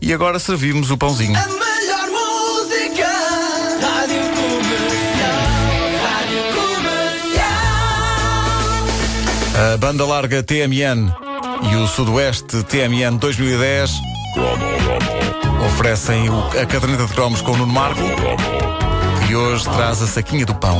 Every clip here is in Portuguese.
e agora servimos o pãozinho. A melhor música, Rádio Comercial. A banda larga TMN e o Sudoeste TMN 2010 oferecem a caderneta de cromos com o Nuno Marco, que hoje traz a saquinha do pão.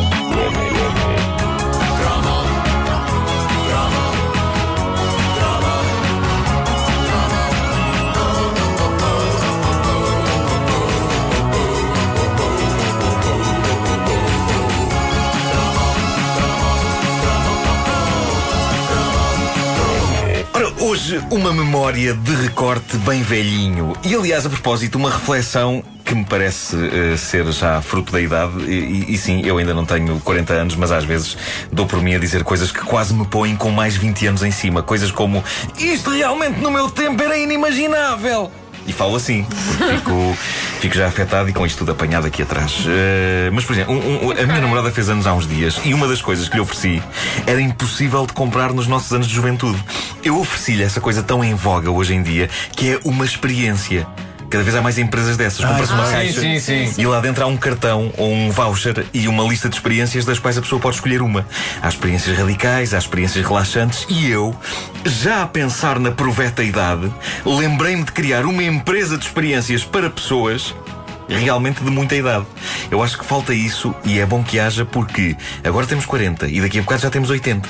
Hoje, uma memória de recorte bem velhinho. E, aliás, a propósito, uma reflexão que me parece ser já fruto da idade. E sim, eu ainda não tenho 40 anos, mas às vezes dou por mim a dizer coisas que quase me põem com mais 20 anos em cima. Coisas como: isto realmente no meu tempo era inimaginável. E falo assim, porque fico já afetado e com isto tudo apanhado aqui atrás. Mas, por exemplo, a minha namorada fez anos há uns dias e uma das coisas que lhe ofereci era impossível de comprar nos nossos anos de juventude. Eu ofereci-lhe essa coisa tão em voga hoje em dia, que é uma experiência. Cada vez há mais empresas dessas. Compras uma caixa e lá dentro há um cartão ou um voucher e uma lista de experiências das quais a pessoa pode escolher uma. Há experiências radicais, há experiências relaxantes e eu, já a pensar na proveta idade, lembrei-me de criar uma empresa de experiências para pessoas realmente de muita idade. Eu acho que falta isso e é bom que haja, porque agora temos 40 e daqui a bocado já temos 80.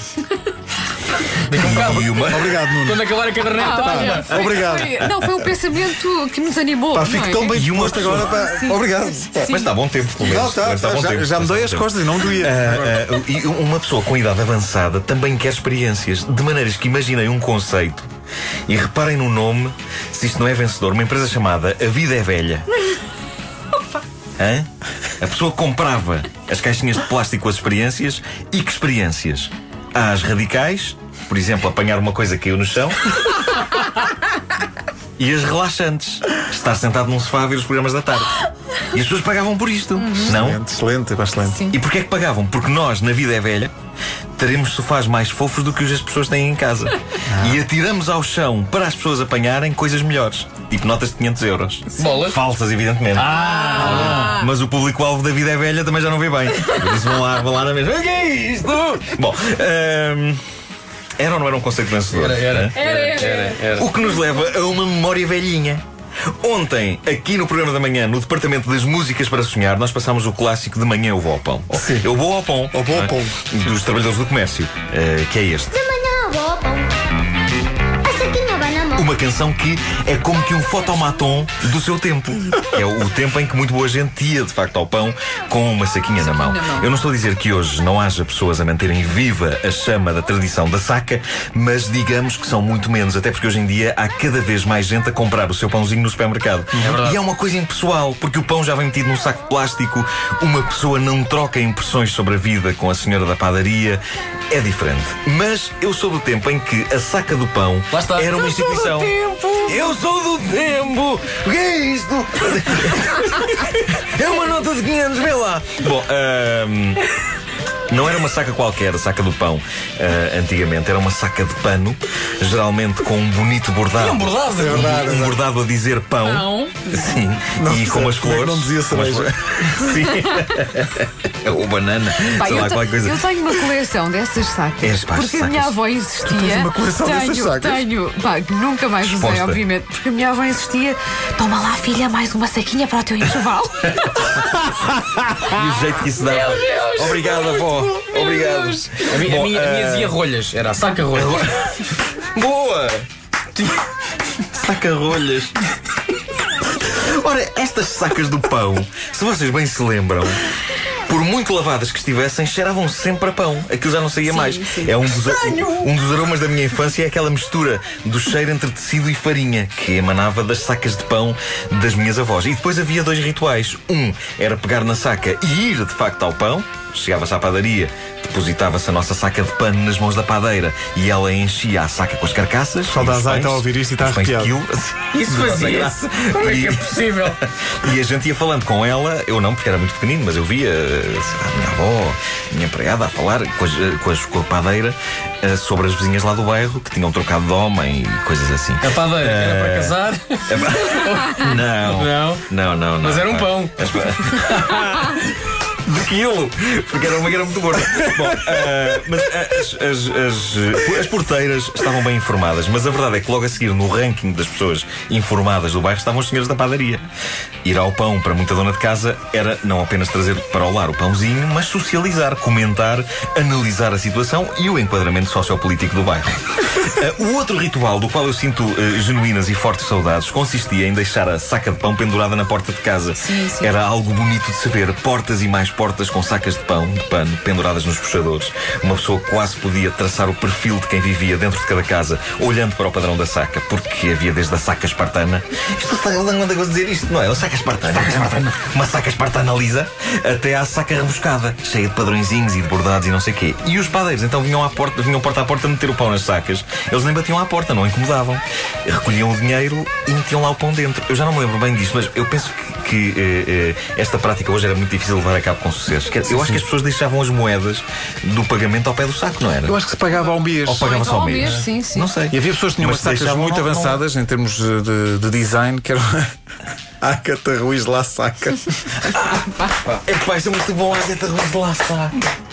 Obrigado, Nuno. Quando acabar a caderneta. Obrigado. Foi um pensamento que nos animou. Fico tão bem disposto agora. Obrigado. Mas está bom tempo, pelo menos. Já me dei as costas e não doía. E uma pessoa com idade avançada também quer experiências, de maneiras que imaginem um conceito e reparem no nome, se isto não é vencedor, uma empresa chamada A Vida é Velha. Hã? A pessoa comprava as caixinhas de plástico com as experiências. E que experiências? Há as radicais, por exemplo, apanhar uma coisa que caiu no chão. E as relaxantes, estar sentado num sofá a ver os programas da tarde. E as pessoas pagavam por isto, não? Excelente. Sim. E porquê é que pagavam? Porque nós, na Vida é Velha, teremos sofás mais fofos do que os as pessoas têm em casa. E atiramos ao chão para as pessoas apanharem coisas melhores. Tipo notas de 500 euros. Bolas? Falsas, evidentemente. Mas o público-alvo da Vida é Velha também já não vê bem. Por isso vão lá na mesma. O que é isto? Bom, era ou não era um conceito vencedor? Era. O que nos leva a uma memória velhinha. Ontem, aqui no programa da manhã, no departamento das músicas para sonhar, nós passámos o clássico De Manhã Eu Vou ao Pão. Eu vou ao pão. Dos trabalhadores do comércio, que é este. De manhã eu vou ao pão. A saquinha vai na mão. Uma canção que é como que um fotomaton do seu tempo. É o tempo em que muito boa gente ia de facto ao pão com uma saquinha na mão. Eu não estou a dizer que hoje não haja pessoas a manterem viva a chama da tradição da saca, mas digamos que são muito menos, até porque hoje em dia há cada vez mais gente a comprar o seu pãozinho no supermercado. E é uma coisa impessoal, porque o pão já vem metido num saco de plástico, uma pessoa não troca impressões sobre a vida com a senhora da padaria. É diferente. Mas eu sou do tempo em que a saca do pão era uma instituição. Eu sou do tempo! O que é isto? É uma nota de 500, vê lá! Bom, não era uma saca qualquer, a saca do pão. Antigamente era uma saca de pano, geralmente com um bonito bordado. Um bordado? É verdade. Um bordado a dizer pão. Sim. E com umas flores. Não dizia cereja. Sim. Ou banana. Sei lá, qualquer coisa. Eu tenho uma coleção dessas sacas. Porque a minha avó insistia. Uma coleção dessas sacas? Tenho. Nunca mais usei, Resposta. obviamente. Porque a minha avó insistia. Toma lá, filha, mais uma saquinha para o teu enxoval. E o jeito que isso dava. Obrigado, avó. Obrigado. A minha dizia rolhas. Era a saca rolhas. Boa! Saca-rolhas. Ora, estas sacas do pão, se vocês bem se lembram, por muito lavadas que estivessem, cheiravam sempre a pão. Aquilo já não saía mais. É um dos aromas da minha infância, é aquela mistura do cheiro entre tecido e farinha que emanava das sacas de pão das minhas avós. E depois havia dois rituais. Um era pegar na saca e ir de facto ao pão, chegava-se à padaria, depositava-se a nossa saca de pano nas mãos da padeira e ela enchia a saca com as carcaças. Só dá azeite a ouvir isto e está arrepiado. Isso fazia-se. Como é que é possível? E a gente ia falando com ela, eu não, porque era muito pequenino, mas eu via a minha avó, a minha empregada, a falar com a padeira sobre as vizinhas lá do bairro que tinham trocado de homem e coisas assim. A padeira era para casar? Não. Mas era um pão. De quilo, porque era uma que era muito gorda. Bom, mas as porteiras estavam bem informadas, mas a verdade é que logo a seguir, no ranking das pessoas informadas do bairro, estavam os senhores da padaria. Ir ao pão para muita dona de casa era não apenas trazer para o lar o pãozinho, mas socializar, comentar, analisar a situação e o enquadramento sociopolítico do bairro. O outro ritual do qual eu sinto genuínas e fortes saudades consistia em deixar a saca de pão pendurada na porta de casa. Sim. Era algo bonito de se ver, portas e mais portas com sacas de pano penduradas nos puxadores. Uma pessoa quase podia traçar o perfil de quem vivia dentro de cada casa, olhando para o padrão da saca, porque havia desde a saca espartana. Isto não anda a dizer isto, não é? A saca espartana. Uma saca espartana lisa, até à saca rebuscada, cheia de padrõezinhos e de bordados e não sei o quê. E os padeiros então vinham porta a porta meter o pão nas sacas. Eles nem batiam à porta, não incomodavam. Recolhiam o dinheiro e metiam lá o pão dentro. Eu já não me lembro bem disso, mas eu penso que esta prática hoje era muito difícil de levar a cabo com sucesso. Eu acho que as pessoas deixavam as moedas do pagamento ao pé do saco, não era? Eu acho que se pagava ao mês. Ou pagava só ao mês? Sim. Não sei. E havia pessoas que tinham Mas umas sacas muito não- avançadas em termos de design, que era a Ágata Ruiz lá saca. Epá, isso é muito bom, a Ágata Ruiz de lá saca.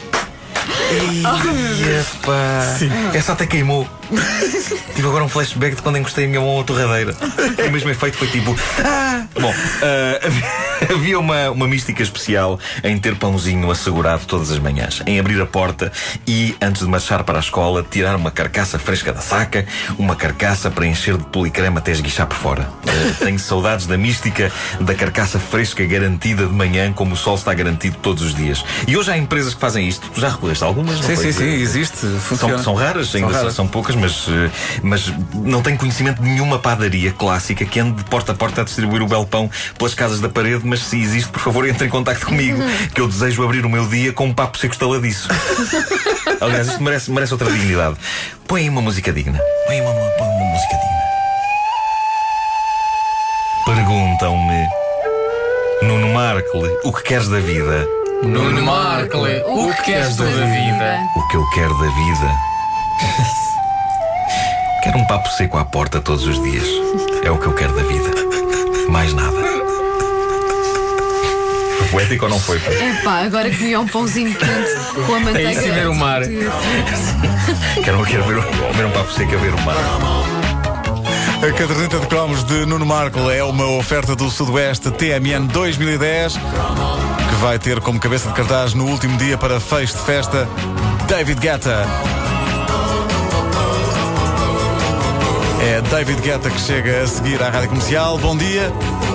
Essa até queimou. Tive agora um flashback de quando encostei a minha mão à torradeira. O mesmo efeito foi tipo. Bom, havia uma mística especial em ter pãozinho assegurado todas as manhãs, em abrir a porta e, antes de marchar para a escola, tirar uma carcaça fresca da saca, uma carcaça para encher de policreme até esguichar por fora. Tenho saudades da mística da carcaça fresca garantida de manhã, como o sol está garantido todos os dias. E hoje há empresas que fazem isto. Tu já recorreste a algumas? Não foi? Sim, existe. Funciona. São raras, ainda raras. são poucas, mas não tenho conhecimento de nenhuma padaria clássica que ande de porta a porta a distribuir o belo pão pelas casas da parede. Mas se existe, por favor, entre em contacto comigo, que eu desejo abrir o meu dia com um papo seco estaladiço. Aliás, isto merece outra dignidade. Põe aí uma música digna. Põe aí uma música digna. Perguntam-me: Nuno Markle, o que queres da vida? Nuno Markle, o que queres tu da vida? O que eu quero da vida? Quero um papo seco à porta todos os dias. É o que eu quero da vida. Mais nada. Foi poético ou não foi? Epá, agora que comia um pãozinho quente com a manteiga. isso e ver o mar. Quero ver um papo seco a ver o mar. A caderneta de cromos de Nuno Markle é uma oferta do Sudoeste TMN 2010, que vai ter como cabeça de cartaz no último dia para fecho de festa David Guetta. É David Guetta que chega a seguir à Rádio Comercial. Bom dia.